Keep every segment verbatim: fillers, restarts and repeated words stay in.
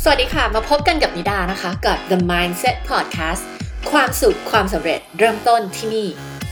สวัสดีค่ะมาพบกันกับนิดานะคะกับ The Mindset Podcast ความสุขความสำเร็จเริ่มต้นที่นี่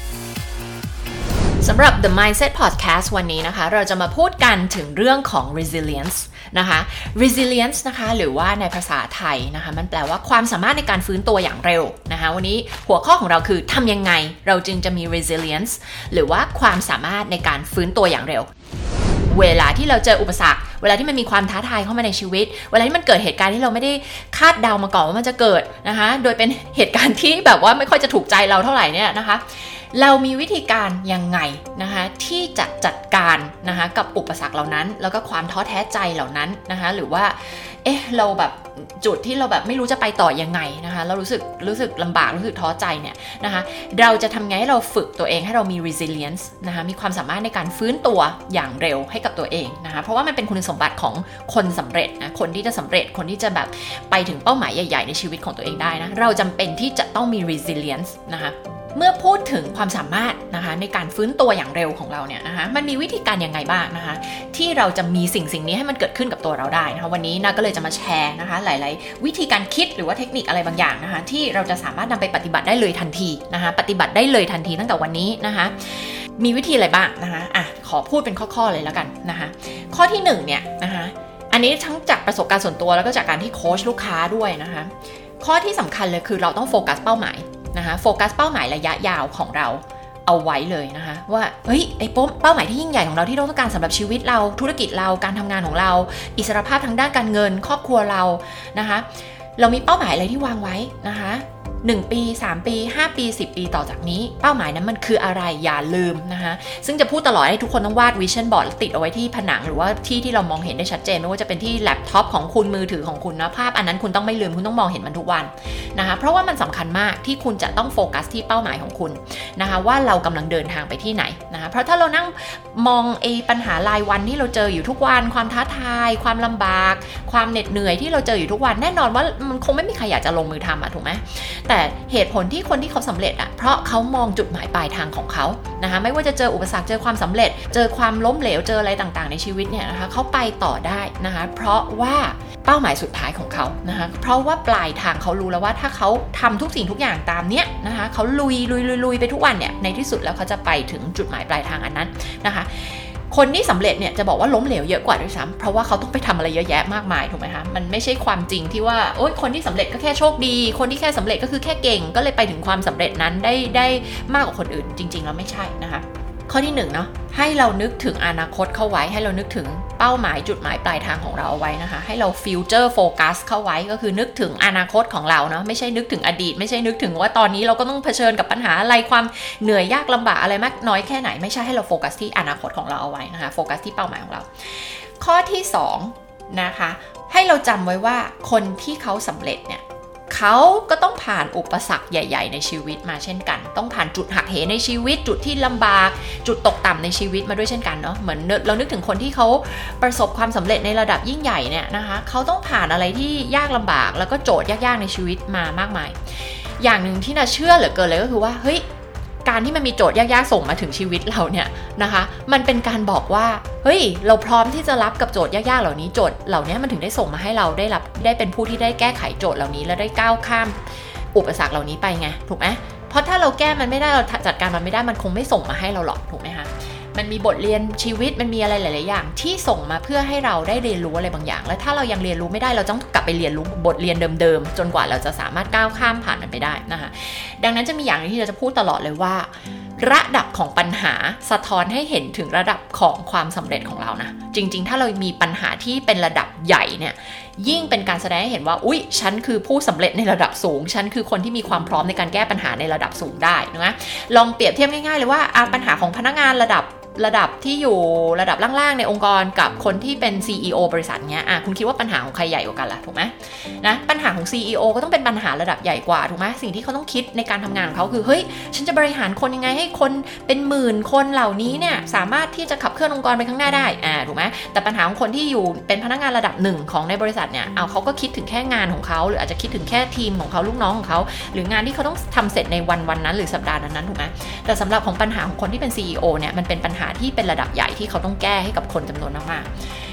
สำหรับ The Mindset Podcast วันนี้นะคะเราจะมาพูดกันถึงเรื่องของ resilience นะคะ resilience นะคะหรือว่าในภาษาไทยนะคะมันแปลว่าความสามารถในการฟื้นตัวอย่างเร็วนะคะวันนี้หัวข้อของเราคือทำยังไงเราจึงจะมี resilience หรือว่าความสามารถในการฟื้นตัวอย่างเร็วเวลาที่เราเจออุปสรรคเวลาที่มันมีความท้าทายเข้ามาในชีวิตเวลาที่มันเกิดเหตุการณ์ที่เราไม่ได้คาดเดามาก่อนว่ามันจะเกิดนะคะโดยเป็นเหตุการณ์ที่แบบว่าไม่ค่อยจะถูกใจเราเท่าไหร่เนี่ยนะคะเรามีวิธีการยังไงนะคะที่จะจัดการนะคะกับอุปสรรคเหล่านั้นแล้วก็ความท้อแท้ใจเหล่านั้นนะคะหรือว่าเอ๊ะเราแบบจุดที่เราแบบไม่รู้จะไปต่อยังไงนะคะเรารู้สึกรู้สึกลำบากรู้สึกท้อใจเนี่ยนะคะเราจะทำไงให้เราฝึกตัวเองให้เรามี resilience นะคะมีความสามารถในการฟื้นตัวอย่างเร็วให้กับตัวเองนะคะเพราะว่ามันเป็นคุณสมบัติของคนสำเร็จนะคนที่จะสำเร็จคนที่จะแบบไปถึงเป้าหมายใหญ่ๆในชีวิตของตัวเองได้นะเราจำเป็นที่จะต้องมี resilience นะคะเมื่อพูดถึงความสามารถนะคะในการฟื้นตัวอย่างเร็วของเราเนี่ยนะคะมันมีวิธีการยังไงบ้างนะคะที่เราจะมีสิ่งสิ่งนี้ให้มันเกิดขึ้นกับตัวเราได้นะคะวันนี้นะก็เลยจะมาแชร์นะคะหลายๆวิธีการคิดหรือว่าเทคนิคอะไรบางอย่างนะคะที่เราจะสามารถนำไปปฏิบัติได้เลยทันทีนะคะปฏิบัติได้เลยทันทีตั้งแต่วันนี้นะคะมีวิธีอะไรบ้างนะคะอ่ะขอพูดเป็นข้อๆเลยแล้วกันนะคะข้อที่หนึ่งเนี่ยนะคะอันนี้ทั้งจากประสบการณ์ส่วนตัวแล้วก็จากการที่โค้ชลูกค้าด้วยนะคะข้อที่สำคัญเลยคือเราต้องโฟกัสเป้าหมายนะคะโฟกัสเป้าหมายระยะยาวของเราเอาไว้เลยนะคะว่าเฮ้ยไอ้เป้าหมายที่ยิ่งใหญ่ของเราที่เราต้องการสำหรับชีวิตเราธุรกิจเราการทำงานของเราอิสรภาพทางด้านการเงินครอบครัวเรานะคะเรามีเป้าหมายอะไรที่วางไว้นะคะหนึ่งปีสามปีห้าปีสิบปีต่อจากนี้เป้าหมายนั้นมันคืออะไรอย่าลืมนะคะซึ่งจะพูดตลอดให้ทุกคนต้องวาดวิชั่นบอร์ดติดเอาไว้ที่ผนังหรือว่าที่ที่เรามองเห็นได้ชัดเจนไม่ว่าจะเป็นที่แล็ปท็อปของคุณมือถือของคุณนะภาพอันนั้นคุณต้องไม่ลืมคุณต้องมองเห็นมันทุกวันนะคะเพราะว่ามันสำคัญมากที่คุณจะต้องโฟกัสที่เป้าหมายของคุณนะคะว่าเรากำลังเดินทางไปที่ไหนนะคะเพราะถ้าเรานั่งมองไอ้ปัญหารายวันที่เราเจออยู่ทุกวันความท้าทายความลำบากความเหน็ดเหนื่อยที่เราเจออยู่ทุกวันแน่นอนว่ามันคงไม่มีใครอยากจะลงมือทำอะถูกไหมแต่เหตุผลที่คนที่เขาสำเร็จอ่ะเพราะเขามองจุดหมายปลายทางของเขานะคะไม่ว่าจะเจออุปสรรคเจอความสำเร็จเจอความล้มเหลวเจออะไรต่างๆในชีวิตเนี่ยนะคะเขาไปต่อได้นะคะเพราะว่าเป้าหมายสุดท้ายของเขานะคะเพราะว่าปลายทางเขารู้แล้วว่าถ้าเขาทำทุกสิ่งทุกอย่างตามเนี้ยนะคะเขาลุยลุยลุยลุยไปทุกวันเนี่ยในที่สุดแล้วเขาจะไปถึงจุดหมายปลายทางอันนั้นนะคะคนที่สำเร็จเนี่ยจะบอกว่าล้มเหลวเยอะกว่าด้วยซ้ำเพราะว่าเขาต้องไปทำอะไรเยอะแยะมากมายถูกไหมคะมันไม่ใช่ความจริงที่ว่าโอ๊ยคนที่สำเร็จก็แค่โชคดีคนที่แค่สำเร็จก็คือแค่เก่งก็เลยไปถึงความสำเร็จนั้นได้ได้มากกว่าคนอื่นจริงๆแล้วไม่ใช่นะคะข้อที่หนึ่งเนาะให้เรานึกถึงอนาคตเข้าไว้ให้เรานึกถึงเป้าหมายจุดหมายปลายทางของเราเอาไว้นะคะให้เราฟิวเจอร์โฟกัสเข้าไว้ก็คือนึกถึงอนาคตของเราเนาะไม่ใช่นึกถึงอดีตไม่ใช่นึกถึงว่าตอนนี้เราก็ต้องเผชิญกับปัญหาอะไรความเหนื่อยยากลำบากอะไรมากน้อยแค่ไหนไม่ใช่ให้เราโฟกัสที่อนาคตของเราเอาไว้นะคะโฟกัสที่เป้าหมายของเราข้อที่สองนะคะให้เราจำไว้ว่าคนที่เขาสำเร็จเนี่ยเขาก็ต้องผ่านอุปสรรคใหญ่ๆในชีวิตมาเช่นกันต้องผ่านจุดหักเหในชีวิตจุดที่ลำบากจุดตกต่ำในชีวิตมาด้วยเช่นกันเนาะเหมือนเรานึกถึงคนที่เขาประสบความสำเร็จในระดับยิ่งใหญ่เนี่ยนะคะเขาต้องผ่านอะไรที่ยากลำบากแล้วก็โจทย์ยากๆในชีวิตมามากมายอย่างหนึ่งที่น่าเชื่อเหลือเกินเลยก็คือว่าเฮ้ยการที่มันมีโจทย์ยากๆส่งมาถึงชีวิตเราเนี่ยนะคะมันเป็นการบอกว่าเฮ้ยเราพร้อมที่จะรับกับโจทย์ยากๆเหล่านี้โจทย์เหล่านี้มันถึงได้ส่งมาให้เราได้รับได้เป็นผู้ที่ได้แก้ไขโจทย์เหล่านี้และได้ก้าวข้ามอุปสรรคเหล่านี้ไปไงถูกไหมเพราะถ้าเราแก้มันไม่ได้เราจัดการมันไม่ได้มันคงไม่ส่งมาให้เราหรอกถูกไหมคะมันมีบทเรียนชีวิตมันมีอะไรหลายๆอย่างที่ส่งมาเพื่อให้เราได้เรียนรู้อะไรบางอย่างและถ้าเรายังเรียนรู้ไม่ได้เราต้องกลับไปเรียนรู้บทเรียนเดิมๆจนกว่าเราจะสามารถก้าวข้ามผ่านมันไปได้นะคะดังนั้นจะมีอย่างนึงที่เราจะพูดตลอดเลยว่าระดับของปัญหาสะท้อนให้เห็นถึงระดับของความสำเร็จของเรานะจริงๆถ้าเรามีปัญหาที่เป็นระดับใหญ่เนี่ยยิ่งเป็นการแสดงให้เห็นว่าอุ๊ยฉันคือผู้สำเร็จในระดับสูงฉันคือคนที่มีความพร้อมในการแก้ปัญหาในระดับสูงได้นะลองเปรียบเทียบง่ายๆเลยว่าปัญหาของพนักงานระดับระดับที่อยู่ระดับล่างๆในองค์กรกับคนที่เป็น ซี อี โอ บริษัทเนี้ยอ่ะคุณคิดว่าปัญหาของใครใหญ่กว่ากันล่ะถูกไหมนะปัญหาของ ซี อี โอ ก็ต้องเป็นปัญหาระดับใหญ่กว่าถูกไหมสิ่งที่เขาต้องคิดในการทำงานของเขาคือเฮ้ยฉันจะบริหารคนยังไงให้คนเป็นหมื่นคนเหล่านี้เนี่ยสามารถที่จะขับเคลื่อนองค์กรไปข้างหน้าได้อ่าถูกไหมแต่ปัญหาของคนที่อยู่เป็นพนักงานระดับหนึ่งของในบริษัทเนี่ยเอาเขาก็คิดถึงแค่งานของเขาหรืออาจจะคิดถึงแค่ทีมของเขาลูกน้องของเขาหรืองานที่เขาต้องทำเสร็จในวันวันนั้นหรือสัปดาห์นั้นถูกไหมแต่สำหรับของปัญหาของคนที่เป็น ซี อี โอ เนี่ยมันเป็นปัญหาที่เป็นระดับใหญ่ที่เขาต้องแก้ให้กับคนจำนวนมากๆ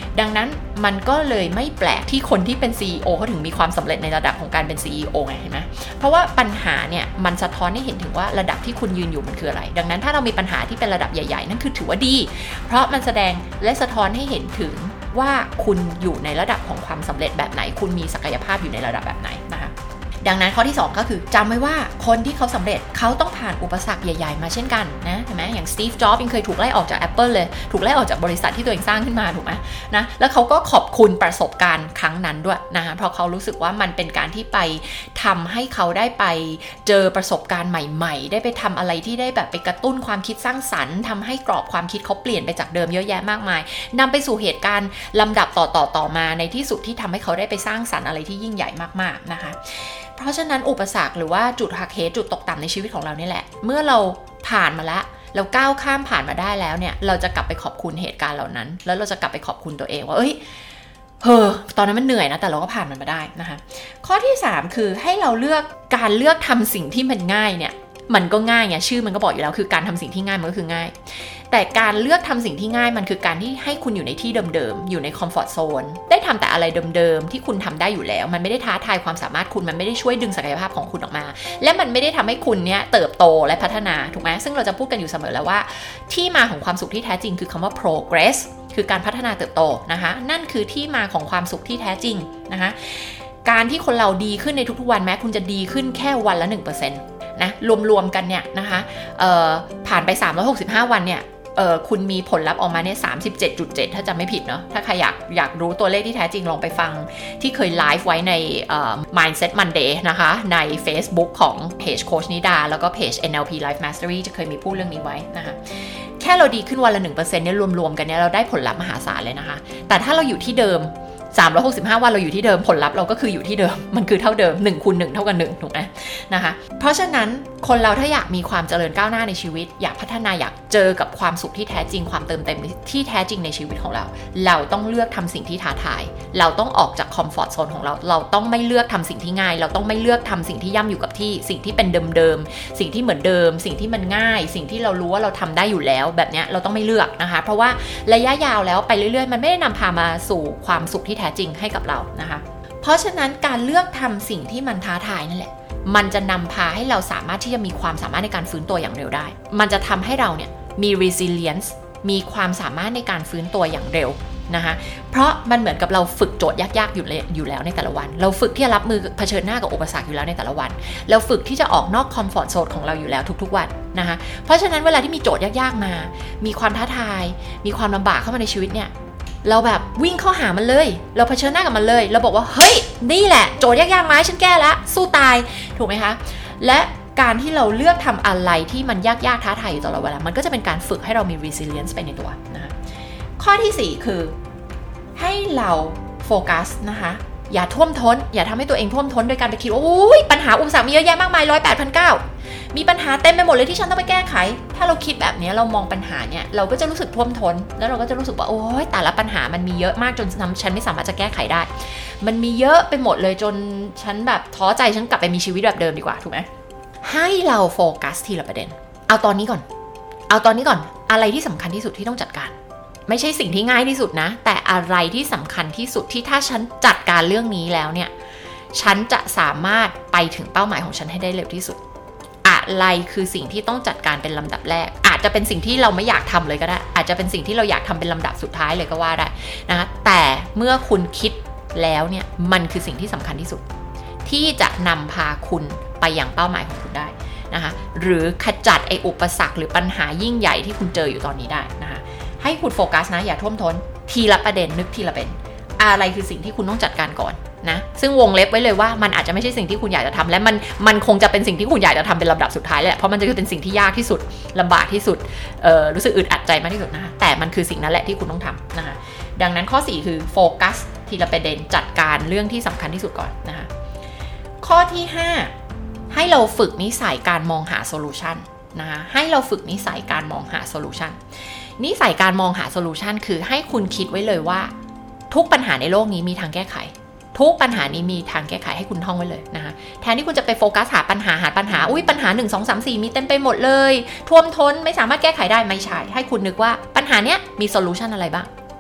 ดังนั้นมันก็เลยไม่แปลกที่คนที่เป็น ซี อี โอ เขาถึงมีความสำเร็จในระดับของการเป็น ซี อี โอ ไงเห็นไหมเพราะว่าปัญหาเนี่ยมันสะท้อนให้เห็นถึงว่าระดับที่คุณยืนอยู่มันคืออะไรดังนั้นถ้าเรามีปัญหาที่เป็นระดับใหญ่ๆนั่นคือถือว่าดีเพราะมันแสดงและสะท้อนให้เห็นถึงว่าคุณอยู่ในระดับของความสำเร็จแบบไหนคุณมีศักยภาพอยู่ในระดับแบบไหนนะคะดังนั้นข้อที่สองก็คือจำไว้ว่าคนที่เขาสำเร็จเขาต้องผ่านอุปสรรคใหญ่ๆมาเช่นกันนะเห็นไหมอย่างสตีฟ จ็อบส์ยังเคยถูกไล่ออกจาก Apple เลยถูกไล่ออกจากบริษัทที่ตัวเองสร้างขึ้นมาถูกไหมนะแล้วเขาก็ขอบคุณประสบการณ์ครั้งนั้นด้วยนะคะเพราะเขารู้สึกว่ามันเป็นการที่ไปทำให้เขาได้ไปเจอประสบการณ์ใหม่ๆได้ไปทำอะไรที่ได้แบบไปกระตุ้นความคิดสร้างสรรค์ทำให้กรอบความคิดเขาเปลี่ยนไปจากเดิมเยอะแยะมากมายนำไปสู่เหตุการณ์ลำดับต่อๆต่อมาในที่สุดที่ทำให้เขาได้ไปสร้างสรรค์อะไรที่ยิ่งใหญ่มากๆนะคะเพราะฉะนั้นอุปสรรคหรือว่าจุดหักเหจุดตกต่ำในชีวิตของเรานี่แหละเมื่อเราผ่านมาแล้วเราก้าวข้ามผ่านมาได้แล้วเนี่ยเราจะกลับไปขอบคุณเหตุการณ์เหล่านั้นแล้วเราจะกลับไปขอบคุณตัวเองว่าเอ้ยเฮ้อตอนนั้นมันเหนื่อยนะแต่เราก็ผ่านมันมาได้นะคะข้อที่สามคือให้เราเลือกการเลือกทำสิ่งที่มันง่ายเนี่ยมันก็ง่ายไงชื่อมันก็บอกอยู่แล้วคือการทำสิ่งที่ง่ายมันก็คือง่ายแต่การเลือกทำสิ่งที่ง่ายมันคือการที่ให้คุณอยู่ในที่เดิมๆอยู่ในคอมฟอร์ตโซนได้ทำแต่อะไรเดิมๆที่คุณทำได้อยู่แล้วมันไม่ได้ท้าทายความสามารถคุณมันไม่ได้ช่วยดึงศักยภาพของคุณออกมาและมันไม่ได้ทำให้คุณเนี่ยเติบโตและพัฒนาถูกไหมซึ่งเราจะพูดกันอยู่เสมอแล้วว่าที่มาของความสุขที่แท้จริงคือคำว่า progress คือการพัฒนาเติบโตนะคะนั่นคือที่มาของความสุขที่แท้จริงนะคะการที่คนเราดีขึ้นในทุกๆวันแม้คุณจะดีขึ้นแค่วันละ หนึ่งเปอร์เซ็นต์ นะรวมๆกันเนี่ยนะคะผ่านไปสามร้อยหกสิบห้าวันเนี่ยเออคุณมีผลลัพธ์ออกมาเนี่ย สามสิบเจ็ดจุดเจ็ด ถ้าจำไม่ผิดเนาะถ้าใครอยากอยากรู้ตัวเลขที่แท้จริงลองไปฟังที่เคยไลฟ์ไว้ใน Mindset Monday นะคะใน Facebook ของเพจโค้ชนิดาแล้วก็เพจ เอ็น แอล พี Life Mastery จะเคยมีพูดเรื่องนี้ไว้นะคะแค่เราดีขึ้นวันละ หนึ่งเปอร์เซ็นต์ เนี่ยรวมๆกันเนี่ยเราได้ผลลัพธ์มหาศาลเลยนะคะแต่ถ้าเราอยู่ที่เดิมสามร้อยหกสิบห้าวันเราอยู่ที่เดิมผลลัพธ์เราก็คืออยู่ที่เดิมมันคือเท่าเดิมหนึ่งคูณหนึ่งเท่ากับหนึ่งถูกไหมนะคะเพราะฉะนั้นคนเราถ้าอยากมีความเจริญก้าวหน้าในชีวิตอยากพัฒนาอยากเจอกับความสุขที่แท้จริงความเติมเต็มที่แท้จริงในชีวิตของเราเราต้องเลือกทำสิ่งที่ท้าทายเราต้องออกจากคอมฟอร์ตโซนของเราเราต้องไม่เลือกทำสิ่งที่ง่ายเราต้องไม่เลือกทำสิ่งที่ย่ำอยู่กับที่สิ่งที่เป็นเดิมๆสิ่งที่เหมือนเดิมสิ่งที่มันง่ายสิ่งที่เรารู้ว่าเราทำได้อยู่แล้วแบบนี้เราต้องไม่เลือกนะคะเพราะว่าระยะยาวแล้วไปเรื่อยๆมันไม่ได้นำพามาสู่ความสุขที่แท้จริงให้กับเรานะคะเพราะฉะนั้นการเลือกทำสิ่งที่มันท้าทายนั่นแหละมันจะนำพาให้เราสามารถที่จะมีความสามารถในการฟื้นตัวอย่างเร็วได้มันจะทำให้เราเนี่ยมี resilience มีความสามารถในการฟื้นตัวอย่างเร็วนะคะเพราะมันเหมือนกับเราฝึกโจทย์ยากๆอยู่เลยอยู่แล้วในแต่ละวันเราฝึกที่จะรับมือเผชิญหน้ากับอุปสรรคอยู่แล้วในแต่ละวันเราฝึกที่จะออกนอกคอมฟอร์ตโซนของเราอยู่แล้วทุกๆวันนะคะเพราะฉะนั้นเวลาที่มีโจทย์ยากๆมามีความท้าทายมีความลำบากเข้ามาในชีวิตเนี่ยเราแบบวิ่งเข้าหามันเลยเราเผชิญหน้ากับมันเลยเราบอกว่าเฮ้ยนี่แหละโจทย์ยากๆไหมฉันแก้แล้วสู้ตายถูกไหมคะและการที่เราเลือกทำอะไรที่มันยากๆท้าทายอยู่ตลอดเวลามันก็จะเป็นการฝึกให้เรามี resilience ไปในตัวนะคะข้อที่สี่คือให้เราโฟกัสนะคะอย่าท่วมท้นอย่าทำให้ตัวเองท่วมท้นโดยการไปคิดว่าโอ้ยปัญหาอุปสรรคมีเยอะแยะมากมายร้อยแปดพันเก้ามีปัญหาเต็มไปหมดเลยที่ฉันต้องไปแก้ไขถ้าเราคิดแบบนี้เรามองปัญหาเนี่ยเราก็จะรู้สึกท่วมท้นแล้วเราก็จะรู้สึกว่าโอ้ยแต่ละปัญหามันมีเยอะมากจนฉันไม่สามารถจะแก้ไขได้มันมีเยอะไปหมดเลยจนฉันแบบท้อใจฉันกลับไปมีชีวิตแบบเดิมดีกว่าถูกไหมให้เราโฟกัสทีละประเด็นเอาตอนนี้ก่อนเอาตอนนี้ก่อนอะไรที่สำคัญที่สุดที่ต้องจัดการไม่ใช่สิ่งที่ง่ายที่สุดนะแต่อะไรที่สำคัญที่สุดที่ถ้าฉันจัดการเรื่องนี้แล้วเนี่ยฉันจะสามารถไปถึงเป้าหมายของฉันให้ได้เร็วที่สุดอะไรคือสิ่งที่ต้องจัดการเป็นลำดับแรกอาจจะเป็นสิ่งที่เราไม่อยากทำเลยก็ได้อาจจะเป็นสิ่งที่เราอยากทำเป็นลำดับสุดท้ายเลยก็ว่าได้นะคะแต่เมื่อคุณคิดแล้วเนี่ยมันคือสิ่งที่สำคัญที่สุดที่จะนำพาคุณไปยังเป้าหมายของคุณได้นะคะหรือขจัดไอ้อุปสรรคหรือปัญหายิ่งใหญ่ที่คุณเจออยู่ตอนนี้ได้นะคะให้คุณโฟกัสนะอย่าท่วมท้นทีละประเด็นนึกทีละเป็นอะไรคือสิ่งที่คุณต้องจัดการก่อนนะซึ่งวงเล็บไว้เลยว่ามันอาจจะไม่ใช่สิ่งที่คุณอยากจะทำและมันมันคงจะเป็นสิ่งที่คุณอยากจะทำเป็นลำดับสุดท้ายแหละเพราะมันจะเป็นสิ่งที่ยากที่สุดลำบากที่สุดเอ่อรู้สึกอึดอัดใจมากที่สุดนะคะแต่มันคือสิ่งนั้นแหละที่คุณต้องทำนะคะดังนั้นข้อสี่คือโฟกัสทีละประเด็นจัดการเรื่องที่สำคัญที่สุดก่อนนะคะข้อที่ห้าให้เราฝึกนิสัยการมองหาโซลูชันนะคะให้เราฝึกนิสัยการมองหาโซลูชันนิสัยการมองหาโซลูชันคือให้คุณคิดไว้เลยว่าทุกปัญหาในโลกนี้มีทางแก้ไขทุกปัญหานี้มีทางแก้ไขให้คุณท่องไว้เลยนะคะแทนที่คุณจะไปโฟกัสหาปัญหาหาปัญหาอุ้ยปัญหาหนึ่ง สอง สาม สี่มีเต็มไปหมดเลยท่วมท้นไม่สามารถแก้ไขได้ไม่ใช่ให้คุณนึกว่าปัญหาเนี้ยมีโซลูชันอะไรบ้าง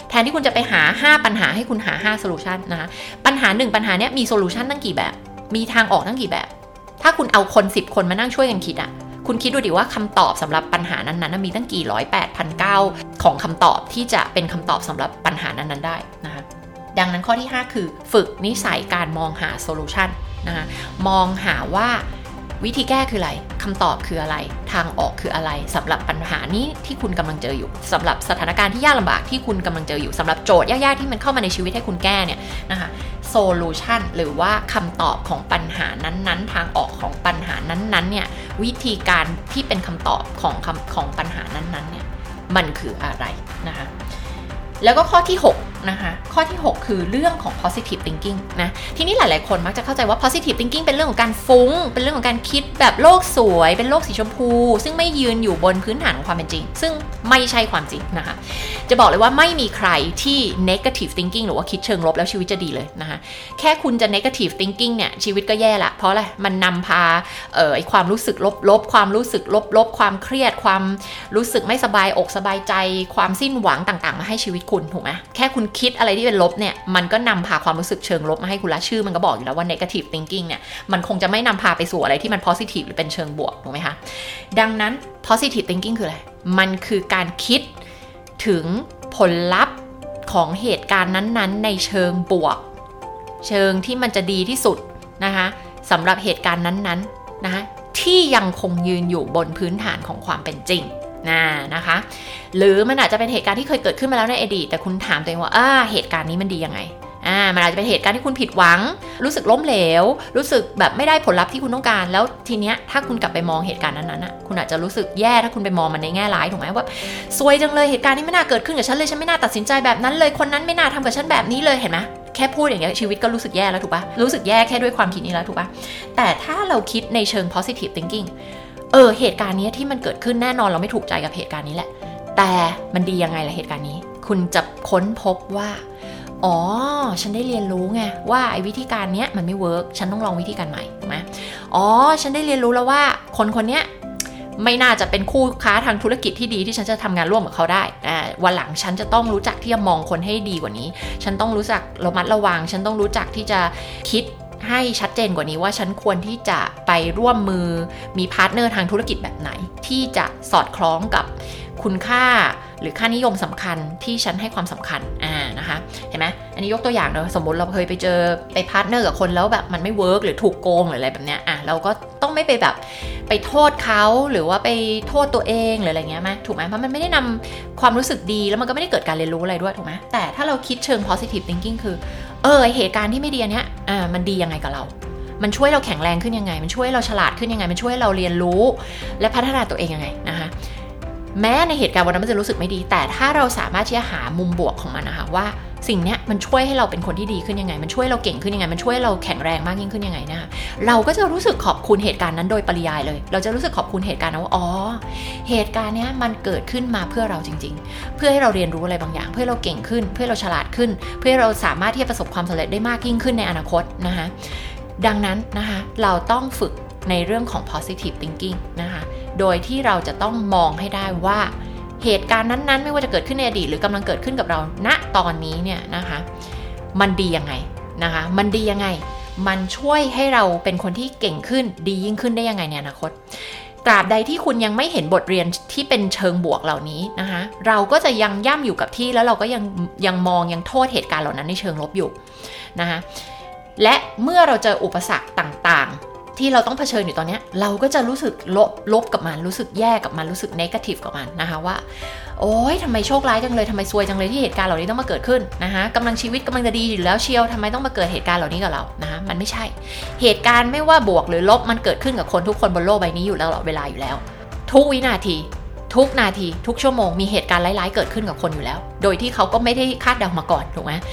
แทนที่คุณจะไปหาห้าปัญหาให้คุณหาห้าโซลูชันนะคะปัญหาหนึ่งปัญหาเนี้ยมีโซลูชันตั้งกี่แบบมีทางออกตั้งกี่แบบถ้าคุณเอาคนสิบคนมานั่งช่วยกันคิดอ่ะคุณคิดดูดิว่าคำตอบสำหรับปัญหานั้นๆมีตั้งกี่ร้อยแปดพันเก้าของคำตอบที่จะเป็นคำตอบสำหรับปัญหานั้นๆได้นะคะดังนั้นข้อที่ห้าคือฝึกนิสัยการมองหาโซลูชันนะคะมองหาว่าวิธีแก้คืออะไรคำตอบคืออะไรทางออกคืออะไรสำหรับปัญหานี้ที่คุณกำลังเจออยู่สำหรับสถานการณ์ที่ยากลำบากที่คุณกำลังเจออยู่สำหรับโจทย์ยากๆที่มันเข้ามาในชีวิตให้คุณแก้เนี่ยนะคะโซลูชันหรือว่าคำตอบของปัญหานั้นๆทางออกของปัญหานั้นๆเนี่ยวิธีการที่เป็นคำตอบของคำของปัญหานั้นๆเนี่ยมันคืออะไรนะคะแล้วก็ข้อที่หกนะคะข้อที่หกคือเรื่องของ positive thinking นะทีนี้หลายๆคนมักจะเข้าใจว่า positive thinking เป็นเรื่องของการฟุ้งเป็นเรื่องของการคิดแบบโลกสวยเป็นโลกสีชมพูซึ่งไม่ยืนอยู่บนพื้นฐานของความเป็นจริงซึ่งไม่ใช่ความจริงนะคะจะบอกเลยว่าไม่มีใครที่ negative thinking หรือว่าคิดเชิงลบแล้วชีวิตจะดีเลยนะคะแค่คุณจะ negative thinking เนี่ยชีวิตก็แย่ละเพราะอะไรมันนำพาเอ่อไอ้ความรู้สึกลบๆความรู้สึกลบๆความเครียดความรู้สึกไม่สบายอกสบายใจความสิ้นหวังต่างๆมาให้ชีวิตคุณถูกไหมแค่คุณคิดอะไรที่เป็นลบเนี่ยมันก็นำพาความรู้สึกเชิงลบมาให้คุณละชื่อมันก็บอกอยู่แล้วว่า negative thinking เนี่ยมันคงจะไม่นำพาไปสู่อะไรที่มัน positive หรือเป็นเชิงบวกถูกไหมคะดังนั้น positive thinking คืออะไรมันคือการคิดถึงผลลัพธ์ของเหตุการณ์นั้นๆในเชิงบวกเชิงที่มันจะดีที่สุดนะคะสำหรับเหตุการณ์นั้นๆนะคะที่ยังคงยืนอยู่บนพื้นฐานของความเป็นจริงนะนะคะหรือมันอาจจะเป็นเหตุการณ์ที่เคยเกิดขึ้นมาแล้วในอดีตแต่คุณถามตัวเองว่าอ่าเหตุการณ์นี้มันดียังไงอ่ามันอาจจะเป็นเหตุการณ์ที่คุณผิดหวังรู้สึกล้มเหลวรู้สึกแบบไม่ได้ผลลัพธ์ที่คุณต้องการแล้วทีเนี้ยถ้าคุณกลับไปมองเหตุการณ์นั้นๆน่ะคุณอาจจะรู้สึกแย่ถ้าคุณไปมองมันในแง่ร้ายถูกไหมว่าซวยจังเลยเหตุการณ์นี้ไม่น่าเกิดขึ้นกับฉันเลยฉันไม่น่าตัดสินใจแบบนั้นเลยคนนั้นไม่น่าทำกับฉันแบบนี้เลยเห็นไหมแค่พูดอย่างเงี้ยชีวิตก็รู้สึกแย่แล้วถูกปะรู้สึกแย่แค่ด้วยความคิดนี้แล้วถูกปะแต่ถ้าเราคิดในเชิง positive thinkingเออเหตุการณ์นี้ที่มันเกิดขึ้นแน่นอนเราไม่ถูกใจกับเหตุการณ์นี้แหละแต่มันดียังไงล่ะเหตุการณ์นี้คุณจะค้นพบว่าอ๋อฉันได้เรียนรู้ไงว่าไอ้วิธีการเนี้ยมันไม่เวิร์กฉันต้องลองวิธีการใหม่ถูกไหมอ๋อฉันได้เรียนรู้แล้วว่าคนคนเนี้ยไม่น่าจะเป็นคู่ค้าทางธุรกิจที่ดีที่ฉันจะทำงานร่วมกับเขาได้อ่าวันหลังฉันจะต้องรู้จักที่จะมองคนให้ดีกว่านี้ฉันต้องรู้จักระมัดระวังฉันต้องรู้จักที่จะคิดให้ชัดเจนกว่านี้ว่าฉันควรที่จะไปร่วมมือมีพาร์ทเนอร์ทางธุรกิจแบบไหนที่จะสอดคล้องกับคุณค่าหรือค่านิยมสำคัญที่ฉันให้ความสำคัญอ่านะคะเห็นไหมอันนี้ยกตัวอย่างเนอะสมมติเราเคยไปเจอไปพาร์ทเนอร์กับคนแล้วแบบมันไม่เวิร์กหรือถูกโกงหรืออะไรแบบเนี้ยอ่ะเราก็ต้องไม่ไปแบบไปโทษเขาหรือว่าไปโทษตัวเองหรืออะไรเงี้ยไหมถูกไหมเพราะมันไม่ได้นำความรู้สึกดีแล้วมันก็ไม่ได้เกิดการเรียนรู้อะไรด้วยถูกไหมแต่ถ้าเราคิดเชิง positive thinking คือเออเหตุการณ์ที่ไม่ดีอันเนี้ยอ่ามันดียังไงกับเรามันช่วยเราแข็งแรงขึ้นยังไงมันช่วยเราฉลาดขึ้นยังไงมันช่วยเราเรียนรู้และพัฒนาตัวเองยังไงนะคะแม้ในเหตุการณ์วันนั้นมันจะรู้สึกไม่ดีแต่ถ้าเราสามารถที่จะหามุมบวกของมันนะคะว่าสิ่งนี้มันช่วยให้เราเป็นคนที่ดีขึ้นยังไงมันช่วยเราเก่งขึ้นยังไงมันช่วยเราแข็งแรงมากยิ่งขึ้นยังไงนะคะเราก็จะรู้สึกขอบคุณเหตุการณ์นั้นโดยปริยายเลยเราจะรู้สึกขอบคุณเหตุการณ์นั้นว่าอ๋อเหตุการณ์นี้มันเกิดขึ้นมาเพื่อเราจริงๆเพื่อให้เราเรียนรู้อะไรบางอย่างเพื่อเราเก่งขึ้นเพื่อเราฉลาดขึ้นเพื่อเราสามารถที่จะประสบความสำเร็จได้มากยิ่งขึ้นในอนาคตนะคะดังนั้นนะคะเราต้องฝึกในเรื่องของ positive thinking นะคะโดยที่เราจะต้องมองให้ได้ว่าเหตุการณ์นั้นๆไม่ว่าจะเกิดขึ้นในอดีตหรือกำลังเกิดขึ้นกับเราณตอนนี้เนี่ยนะคะมันดียังไงนะคะมันดียังไงมันช่วยให้เราเป็นคนที่เก่งขึ้นดียิ่งขึ้นได้ยังไงในอนาคตตราบใดที่คุณยังไม่เห็นบทเรียนที่เป็นเชิงบวกเหล่านี้นะคะเราก็จะยังย่ำอยู่กับที่แล้วเราก็ยังยังมองยังโทษเหตุการณ์เหล่านั้นในเชิงลบอยู่นะคะและเมื่อเราเจออุปสรรคต่างๆที่เราต้องเผชิญอยู่ตอนนี้เราก็จะรู้สึกลบลบกับมันรู้สึกแย่กับมันรู้สึกเนกาทีฟกับมันนะคะว่าโอ๊ยทำไมโชคร้ายจังเลยทำไมซวยจังเลยที่เหตุการณ์เหล่านี้ต้องมาเกิดขึ้นนะคะกำลังชีวิตกำลังจะดีอยู่แล้วเชียวทำไมต้องมาเกิดเหตุการณ์เหล่านี้กับเรานะคะมันไม่ใช่เหตุการณ์ไม่ว่าบวกหรือลบมันเกิดขึ้นกับคนทุกคนบนโลกใบนี้อยู่แล้วเวลาอยู่แล้วทุกวินาทีทุกนาทีทุกชั่วโมงมีเหตุการณ์ร้ายๆเกิดขึ้นกับคนอยู่แล้วโดยที่เขาก็ไม่ได้คาดเดามาก่อนถูกไหม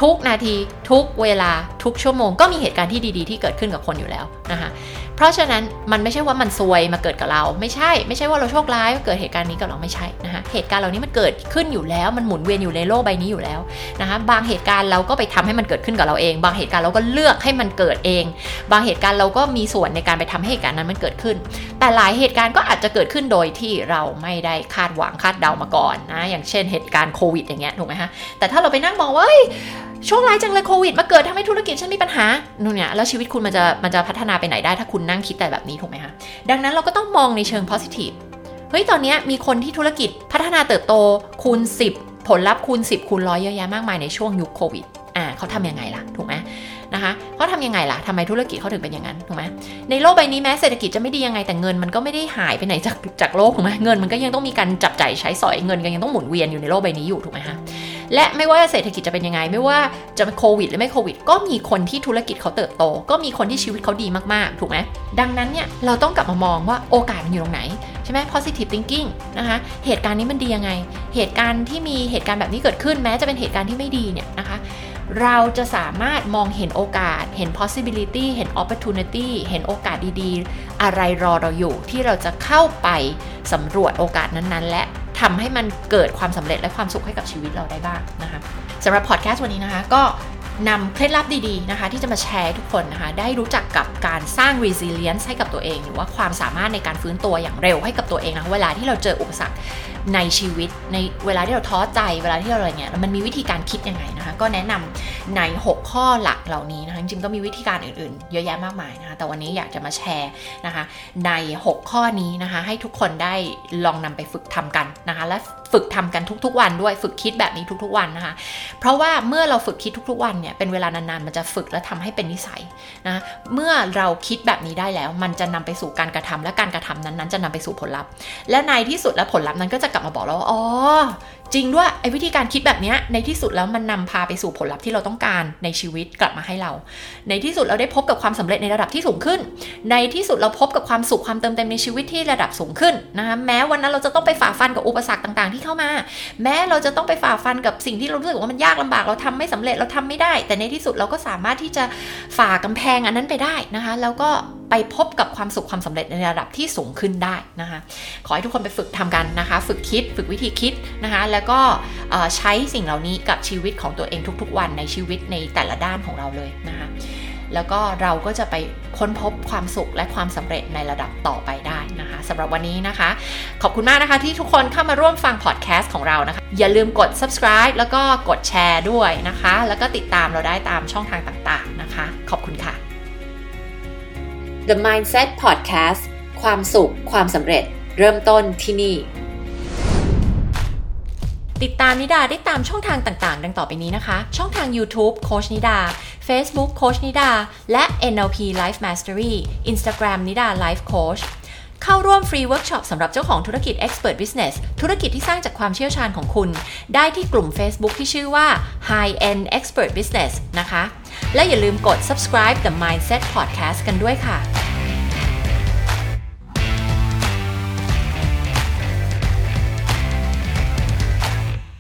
ทุกนาทีทุกเวลาทุกชั่วโมงก็มีเหตุการณ์ที่ดีๆที่เกิดขึ้นกับคนอยู่แล้วนะคะเพราะฉะนั้นมันไม่ใช่ว่ามันซวยมาเกิดกับเราไม่ใช่ไม่ใช่ว่าเราโชคร้ายเกิดเหตุการณ์นี้กับเราไม่ใช่นะคะเหตุการณ์เหล่านี้มันเกิดขึ้นอยู่แล้วมันหมุนเวียนอยู่ในโลกใบนี้อยู่แล้วนะคะบางเหตุการณ์เราก็ไปทำให้มันเกิดขึ้นกับเราเองบางเหตุการณ์เราก็เลือกให้มันเกิดเองบางเหตุการณ์เราก็มีส่วนในการไปทำให้เหตุการณ์นั้นมันเกิดขึ้นแต่หลายเหตุการณ์ก็อาจจะเกิดขึ้นโดยที่เราไม่ได้คาดหวังคาดเดามาก่อนนะอย่างเช่นเหตุการณ์โควิดอย่างเงี้ยถูกไหมคะแต่ถ้าเราไปนั่งมองว่าโชคร้ายจังเลยโควิดมาเกิดทำให้ธุรกิจฉันมีปัญหานู่นเนี่ยแล้วชีวิตคุณมันจะมันจะพัฒนาไปไหนได้ถ้าคุณนั่งคิดแต่แบบนี้ถูกไหมคะดังนั้นเราก็ต้องมองในเชิง positive เฮ้ยตอนนี้มีคนที่ธุรกิจพัฒนาเติบโตคูณสิบผลลัพธ์คูณสิบคูณร้อยเยอะแยะมากมายในช่วงยุคโควิดอ่าเขาทำยังไงล่ะถูกไหมนะคะเขาทำยังไงล่ะทำไมธุรกิจเขาถึงเป็นอย่างนั้นถูกไหมในโลกใบนี้แม้เศรษฐกิจจะไม่ดียังไงแต่เงินมันก็ไม่ได้หายไปไหนจากจากโลกถูกไหมเงินมันก็ยังต้องมีการจับจ่ายใช้สอยเงินก็ยังต้องหมุนเวียนอยู่ในโลกใบนี้อยู่ถูกไหมคะและไม่ว่าเศรษฐกิจจะเป็นยังไงไม่ว่าจะเป็นโควิดหรือไม่โควิดก็มีคนที่ธุรกิจเขาเติบโตก็มีคนที่ชีวิตเขาดีมากๆถูกไหมดังนั้นเนี่ยเราต้องกลับมามองว่าโอกาสมันอยู่ตรงไหนใช่ไหม positive thinking นะคะเหตุการณ์นี้มันดียังไงเหตุการณ์ที่มีเหตุการณ์แบบนี้เกิดขึ้นแม้จะเป็นเหตุการณ์ที่ไม่ดีเนี่ยนะคะเราจะสามารถมองเห็นโอกาสเห็น possibility เห็น opportunity เห็นโอกาสดีๆอะไรรอเราอยู่ที่เราจะเข้าไปสำรวจโอกาสนั้นๆและทำให้มันเกิดความสำเร็จและความสุขให้กับชีวิตเราได้บ้างนะคะสำหรับพอดแคสต์วันนี้นะคะก็นำเคล็ดลับดีๆนะคะที่จะมาแชร์ทุกคนนะคะได้รู้จักกับการสร้าง resilience ให้กับตัวเองหรือว่าความสามารถในการฟื้นตัวอย่างเร็วให้กับตัวเองนะเวลาที่เราเจออุปสรรคในชีวิตในเวลาที่เราท้อใจเวลาที่เราอะไรเงี้ยมันมีวิธีการคิดยังไงนะคะก็แนะนำในหกข้อหลักเหล่านี้นะคะจริงๆก็มีวิธีการอื่นๆเยอะแยะมากมายนะคะแต่วันนี้อยากจะมาแชร์นะคะในหกข้อนี้นะคะให้ทุกคนได้ลองนำไปฝึกทำกันนะคะและฝึกทำกันทุกๆวันด้วยฝึกคิดแบบนี้ทุกๆวันนะคะเพราะว่าเมื่อเราฝึกคิดทุกๆวันเนี่ยเป็นเวลานานๆมันจะฝึกและทำให้เป็นนิสัยนะเมื่อเราคิดแบบนี้ได้แล้วมันจะนำไปสู่การกระทำและการกระทำนั้นๆจะนำไปสู่ผลลัพธ์และในที่สุดแล้วผลลัพธ์นั้นก็จะกลับมาบอกเราว่าอ๋อจริงด้วยไอ้วิธีการคิดแบบนี้ในที่สุดแล้วมันนำพาไปสู่ผลลัพธ์ที่เราต้องการในชีวิตกลับมาให้เราในที่สุดเราได้พบกับความสำเร็จในระดับที่สูงขึ้นในที่สุดเราพบกับความสุขความเติมเต็มในชีวิตที่ระดับสูงขึ้นนะคะแม้วันนั้นเราจะต้องไปฝ่าฟันกับอุปสรรคต่างๆที่เข้ามาแม้เราจะต้องไปฝ่าฟันกับสิ่งที่เรารู้สึกว่ามันยากลำบากเราทำไม่สำเร็จเราทำไม่ได้แต่ในที่สุดเราก็สามารถที่จะฝ่ากำแพงอันนั้นไปได้นะคะแล้วก็ไปพบกับความสุขความสำเร็จในระดับที่สูงขึ้นได้นะคะขอให้ทุกคนไปฝึกทำกันนะคะฝึกคิดฝึกวิธีคิดนะคะแล้วก็ใช้สิ่งเหล่านี้กับชีวิตของตัวเองทุกๆวันในชีวิตในแต่ละด้านของเราเลยนะคะแล้วก็เราก็จะไปค้นพบความสุขและความสำเร็จในระดับต่อไปได้นะคะสำหรับวันนี้นะคะขอบคุณมากนะคะที่ทุกคนเข้ามาร่วมฟังพอดแคสต์ของเรานะคะอย่าลืมกด subscribe แล้วก็กดแชร์ด้วยนะคะแล้วก็ติดตามเราได้ตามช่องทางต่างๆนะคะขอบคุณค่ะ The Mindset Podcast ความสุขความสำเร็จเริ่มต้นที่นี่ติดตามนิดาได้ตามช่องทางต่างๆดังต่อไปนี้นะคะช่องทาง YouTube โค้ชนิดา Facebook โค้ชนิดาและ เอ็น แอล พี Life Mastery Instagram นิดา Life Coach เข้าร่วมฟรีเวิร์กช็อปสำหรับเจ้าของธุรกิจ Expert Business ธุรกิจที่สร้างจากความเชี่ยวชาญของคุณได้ที่กลุ่ม Facebook ที่ชื่อว่า High End Expert Business นะคะและอย่าลืมกด subscribe The Mindset Podcast กันด้วยค่ะ